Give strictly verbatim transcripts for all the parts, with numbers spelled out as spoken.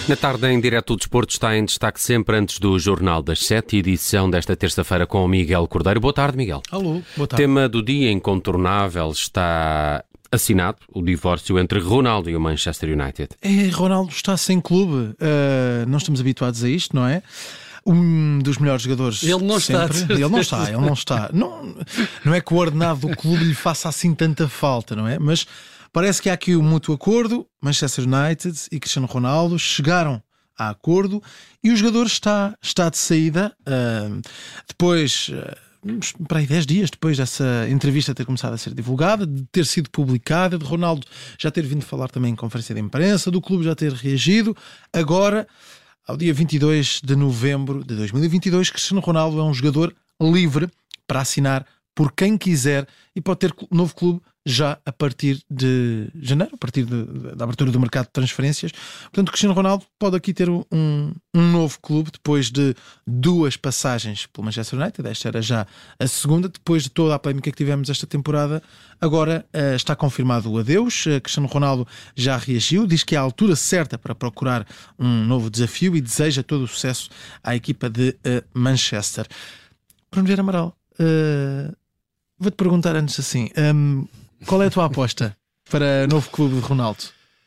Na tarde, em direto, o desporto está em destaque sempre antes do Jornal das Sete, edição desta terça-feira com o Miguel Cordeiro. Boa tarde, Miguel. Alô, boa tarde. Tema do dia incontornável está assinado, o divórcio entre Ronaldo e o Manchester United. É, Ronaldo está sem clube. Uh, não estamos habituados a isto, não é? Um dos melhores jogadores. Ele não sempre. está. Ele não está, ele não está. Não, não é que o ordenado do clube lhe faça assim tanta falta, não é? Mas parece que há aqui um mútuo acordo. Manchester United e Cristiano Ronaldo chegaram a acordo e o jogador está, está de saída. Uh, depois, uh, para aí dez dias depois dessa entrevista ter começado a ser divulgada, de ter sido publicada, de Ronaldo já ter vindo falar também em conferência de imprensa, do clube já ter reagido. Agora, ao dia vinte e dois de novembro de dois mil e vinte e dois, Cristiano Ronaldo é um jogador livre para assinar por quem quiser e pode ter novo clube já a partir de janeiro, a partir de, de, da abertura do mercado de transferências. Portanto, Cristiano Ronaldo pode aqui ter um, um novo clube depois de duas passagens pelo Manchester United. Esta era já a segunda, depois de toda a polémica que tivemos esta temporada. Agora uh, está confirmado o adeus. Uh, Cristiano Ronaldo já reagiu, diz que é a altura certa para procurar um novo desafio e deseja todo o sucesso à equipa de uh, Manchester. Bruno Vieira Amaral, uh, vou-te perguntar antes assim, um, qual é a tua aposta para o novo clube de Ronaldo?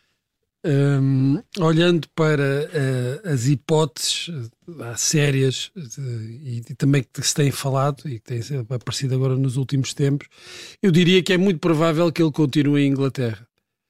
Um, olhando para uh, as hipóteses uh, sérias uh, e, e também que se tem falado e que tem aparecido agora nos últimos tempos, eu diria que é muito provável que ele continue em Inglaterra.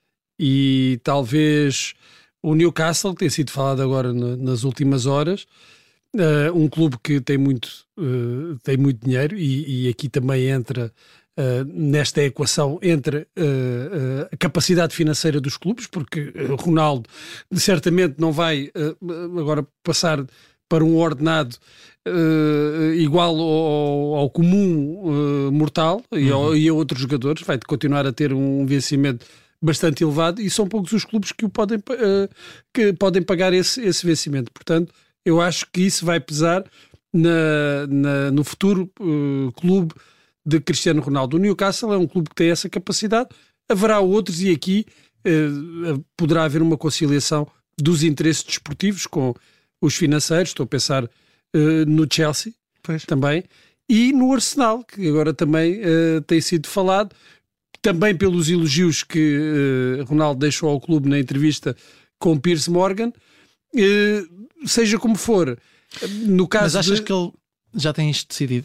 E talvez o Newcastle, que tem sido falado agora na, nas últimas horas, uh, um clube que tem muito, uh, tem muito dinheiro e, e aqui também entra... Uh, nesta equação entre uh, uh, a capacidade financeira dos clubes, porque uh, Ronaldo certamente não vai uh, agora passar para um ordenado uh, igual ao, ao comum uh, mortal uhum. e, ao, e a outros jogadores, vai continuar a ter um vencimento bastante elevado e são poucos os clubes que o podem, uh, que podem pagar esse, esse vencimento. Portanto, eu acho que isso vai pesar na, na, no futuro uh, clube de Cristiano Ronaldo. O Newcastle é um clube que tem essa capacidade, haverá outros e aqui eh, poderá haver uma conciliação dos interesses desportivos com os financeiros, estou a pensar eh, no Chelsea pois. também, e no Arsenal, que agora também eh, tem sido falado, também pelos elogios que eh, Ronaldo deixou ao clube na entrevista com Piers Morgan, eh, seja como for. No caso Mas achas de... que ele já tem isto decidido?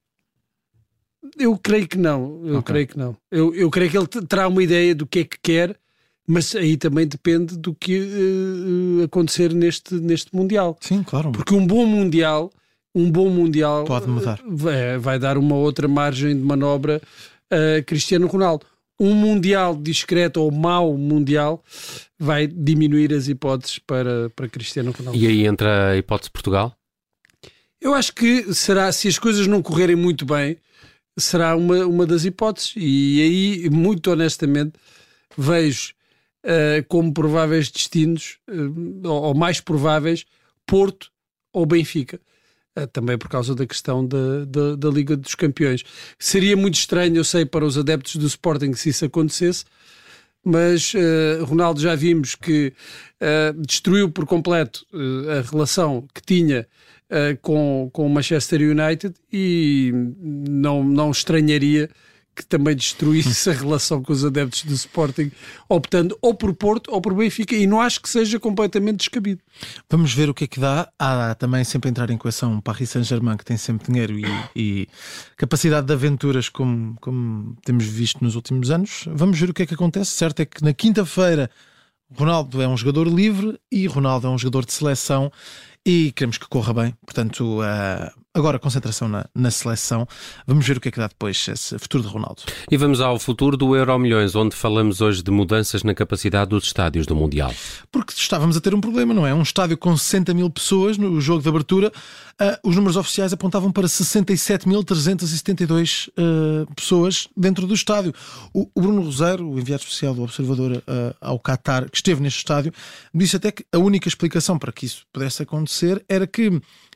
Eu creio que não, eu okay. creio que não. Eu, eu creio que ele terá uma ideia do que é que quer, mas aí também depende do que uh, acontecer neste, neste Mundial. Sim, claro. Porque um bom Mundial, um bom Mundial pode mudar. Uh, vai, vai dar uma outra margem de manobra a Cristiano Ronaldo. Um Mundial discreto ou mau Mundial vai diminuir as hipóteses para, para Cristiano Ronaldo. E aí entra a hipótese de Portugal? Eu acho que será, se as coisas não correrem muito bem, será uma, uma das hipóteses e aí, muito honestamente, vejo uh, como prováveis destinos, uh, ou, ou mais prováveis, Porto ou Benfica, uh, também por causa da questão da, da, da Liga dos Campeões. Seria muito estranho, eu sei, para os adeptos do Sporting se isso acontecesse, mas uh, Ronaldo já vimos que uh, destruiu por completo uh, a relação que tinha Uh, com, com o Manchester United e não, não estranharia que também destruísse a relação com os adeptos do Sporting, optando ou por Porto ou por Benfica, e não acho que seja completamente descabido. Vamos ver o que é que dá. Há também sempre entrar em equação o Paris Saint-Germain, que tem sempre dinheiro e, e capacidade de aventuras como, como temos visto nos últimos anos. Vamos ver o que é que acontece. Certo é que na quinta-feira Ronaldo é um jogador livre e Ronaldo é um jogador de seleção e queremos que corra bem, portanto uh, agora concentração na, na seleção. Vamos ver o que é que dá depois esse futuro de Ronaldo. E vamos ao futuro do Euromilhões, onde falamos hoje de mudanças na capacidade dos estádios do Mundial. Porque estávamos a ter um problema, não é? Um estádio com sessenta mil pessoas no jogo de abertura, uh, os números oficiais apontavam para sessenta e sete mil trezentas e setenta e dois uh, pessoas dentro do estádio. O, o Bruno Roseiro, o enviado especial do Observador uh, ao Qatar, que esteve neste estádio, disse até que a única explicação para que isso pudesse acontecer era que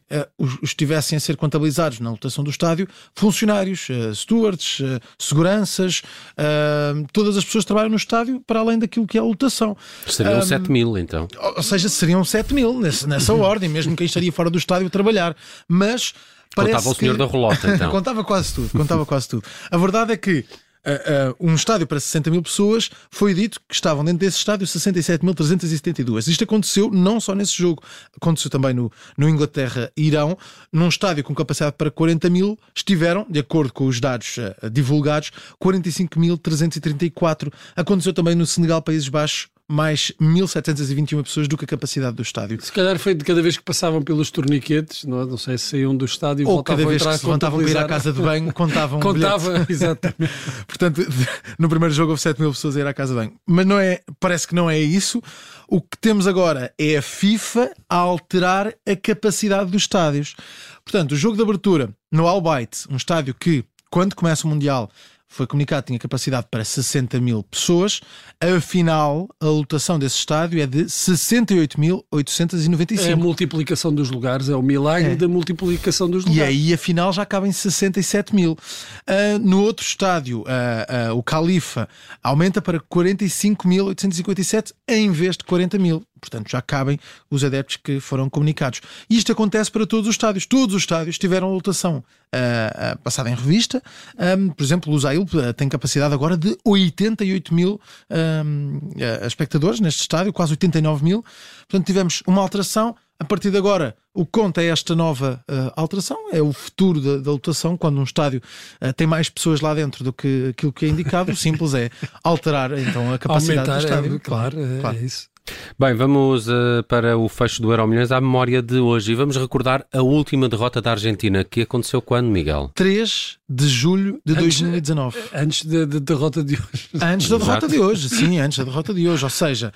uh, estivessem a ser contabilizados na lotação do estádio funcionários, uh, stewards, uh, seguranças, uh, todas as pessoas que trabalham no estádio para além daquilo que é a lotação. Seriam um, sete mil, então. Ou seja, seriam sete mil nessa, nessa ordem, mesmo quem estaria fora do estádio a trabalhar. Mas contava o senhor que... da rolota, então. contava quase tudo, contava quase tudo. A verdade é que Uh, uh, um estádio para sessenta mil pessoas, foi dito que estavam dentro desse estádio sessenta e sete mil trezentas e setenta e duas. Isto aconteceu não só nesse jogo, aconteceu também no, no Inglaterra-Irão, num estádio com capacidade para quarenta mil, estiveram, de acordo com os dados uh, divulgados, quarenta e cinco mil trezentos e trinta e quatro. Aconteceu também no Senegal-Países Baixos, mais mil setecentas e vinte e uma pessoas do que a capacidade do estádio. Se calhar foi de cada vez que passavam pelos torniquetes, não, não sei se saíam do estádio e ou voltavam cada vez a entrar que se levantavam para ir à casa de banho, contavam Contava, bilhete. Exatamente. Portanto, no primeiro jogo houve sete mil pessoas a ir à casa de banho. Mas não é, parece que não é isso. O que temos agora é a FIFA a alterar a capacidade dos estádios. Portanto, o jogo de abertura no Al Bayt, um estádio que, quando começa o Mundial, foi comunicado que tinha capacidade para sessenta mil pessoas. Afinal, a lotação desse estádio é de sessenta e oito mil oitocentos e noventa e cinco. É a multiplicação dos lugares, é o milagre é. da multiplicação dos lugares. E aí, afinal, já acaba em sessenta e sete mil. Uh, no outro estádio, uh, uh, o Khalifa, aumenta para quarenta e cinco mil oitocentos e cinquenta e sete em vez de quarenta mil. Portanto, já cabem os adeptos que foram comunicados. E isto acontece para todos os estádios. Todos os estádios tiveram lotação uh, uh, passada em revista. Um, por exemplo, o Lusail uh, tem capacidade agora de oitenta e oito mil um, uh, espectadores neste estádio, quase oitenta e nove mil. Portanto, tivemos uma alteração. A partir de agora, o que conta é esta nova uh, alteração, é o futuro da, da lotação. Quando um estádio uh, tem mais pessoas lá dentro do que aquilo que é indicado, o simples é alterar então a capacidade Aumentar, do estádio. É, claro, é, claro. é isso. Bem, vamos uh, para o fecho do Euromilhões à memória de hoje e vamos recordar a última derrota da Argentina, que aconteceu quando, Miguel? três de julho de dois mil e dezanove. Antes da de, de derrota de hoje. Antes da derrota de hoje, sim, antes da derrota de hoje. Ou seja,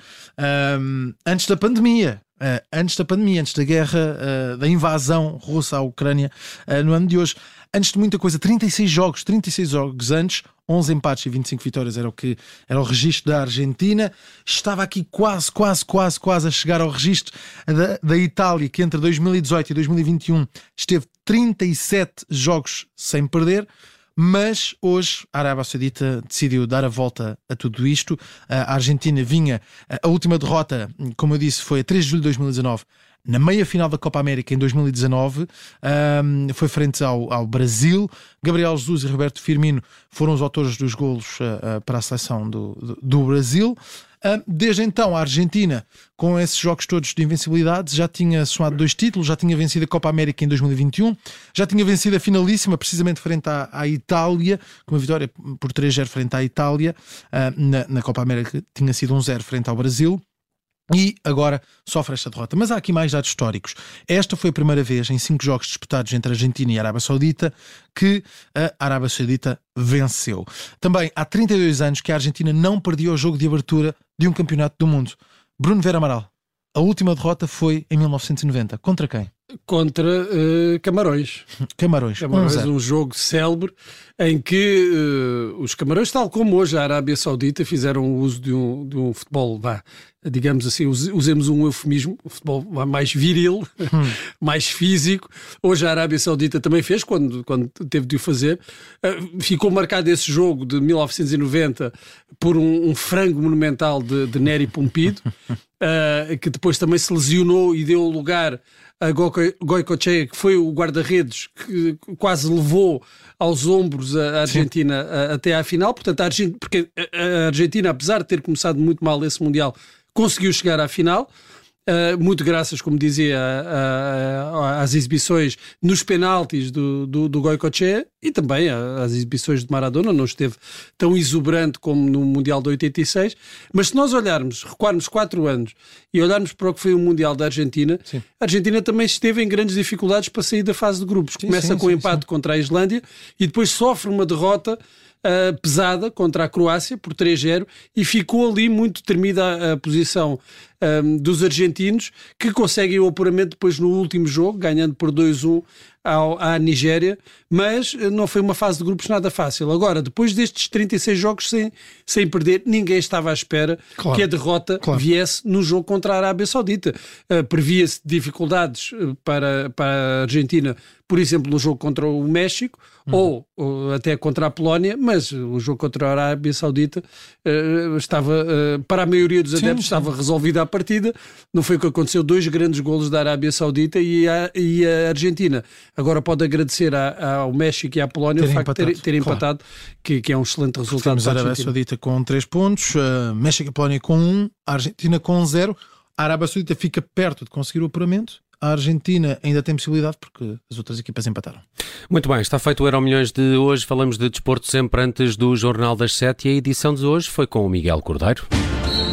um, antes da pandemia. Uh, antes da pandemia, antes da guerra, uh, da invasão russa à Ucrânia, uh, no ano de hoje. Antes de muita coisa, trinta e seis jogos, trinta e seis jogos antes, onze empates e vinte e cinco vitórias era o que era o registro da Argentina. Estava aqui quase, quase, quase, quase a chegar ao registro da, da Itália, que entre dois mil e dezoito e dois mil e vinte e um esteve trinta e sete jogos sem perder. Mas hoje a Arábia Saudita decidiu dar a volta a tudo isto. A Argentina vinha, a última derrota, como eu disse, foi a três de julho de dois mil e dezanove, na meia-final da Copa América em dois mil e dezanove, um, foi frente ao, ao Brasil. Gabriel Jesus e Roberto Firmino foram os autores dos golos uh, uh, para a seleção do, do, do Brasil. Uh, desde então, a Argentina, com esses jogos todos de invencibilidade, já tinha somado dois títulos, já tinha vencido a Copa América em dois mil e vinte e um, já tinha vencido a finalíssima, precisamente frente à, à Itália, com uma vitória por três a zero frente à Itália. Uh, na, na Copa América tinha sido um zero frente ao Brasil. E agora sofre esta derrota. Mas há aqui mais dados históricos. Esta foi a primeira vez em cinco jogos disputados entre a Argentina e a Arábia Saudita que a Arábia Saudita venceu. Também há trinta e dois anos que a Argentina não perdia o jogo de abertura de um campeonato do mundo. Bruno Vera Amaral, a última derrota foi em mil novecentos e noventa. Contra quem? Contra uh, Camarões. Camarões. Camarões, um, um jogo célebre em que uh, os Camarões, tal como hoje a Arábia Saudita, fizeram uso de um, de um futebol, vá, digamos assim, usemos um eufemismo, um futebol mais viril, hum. mais físico. Hoje a Arábia Saudita também fez, quando, quando teve de o fazer. Uh, ficou marcado esse jogo de mil novecentos e noventa por um, um frango monumental de, de Nery Pompido, uh, que depois também se lesionou e deu lugar a Goicoechea, que foi o guarda-redes que quase levou aos ombros a Argentina a, até à final. Portanto, a Argentina, porque a Argentina, apesar de ter começado muito mal esse Mundial, conseguiu chegar à final. Uh, muito graças, como dizia, a, a, às exibições nos penaltis do, do, do Goicoechea e também às exibições de Maradona. Não esteve tão exuberante como no Mundial de oitenta e seis, mas se nós olharmos, recuarmos quatro anos e olharmos para o que foi o Mundial da Argentina, sim. A Argentina também esteve em grandes dificuldades para sair da fase de grupos. Sim, Começa sim, com o um empate sim. contra a Islândia e depois sofre uma derrota uh, pesada contra a Croácia por três zero e ficou ali muito tremida a, a posição um, dos argentinos, que conseguem o apuramento depois no último jogo, ganhando por dois a um ao, à Nigéria, mas não foi uma fase de grupos nada fácil. Agora, depois destes trinta e seis jogos sem, sem perder, ninguém estava à espera claro, que a derrota claro. viesse no jogo contra a Arábia Saudita. Uh, previa-se dificuldades para, para a Argentina, por exemplo, no jogo contra o México, uhum. ou, ou até contra a Polónia, mas o jogo contra a Arábia Saudita uh, estava, uh, para a maioria dos adeptos, sim, sim. estava resolvida a partida. Não foi o que aconteceu, dois grandes golos da Arábia Saudita e a, e a Argentina. Agora pode agradecer a, ao México e à Polónia terem o facto empatado. de terem ter empatado, claro. que, que é um excelente resultado. Temos a Arábia Saudita com três pontos, uh, México e a Polónia com um, a Argentina com zero. A Arábia Saudita fica perto de conseguir o apuramento. A Argentina ainda tem possibilidade porque as outras equipas empataram. Muito bem, está feito o Euromilhões de hoje. Falamos de desporto sempre antes do Jornal das Sete e a edição de hoje foi com o Miguel Cordeiro.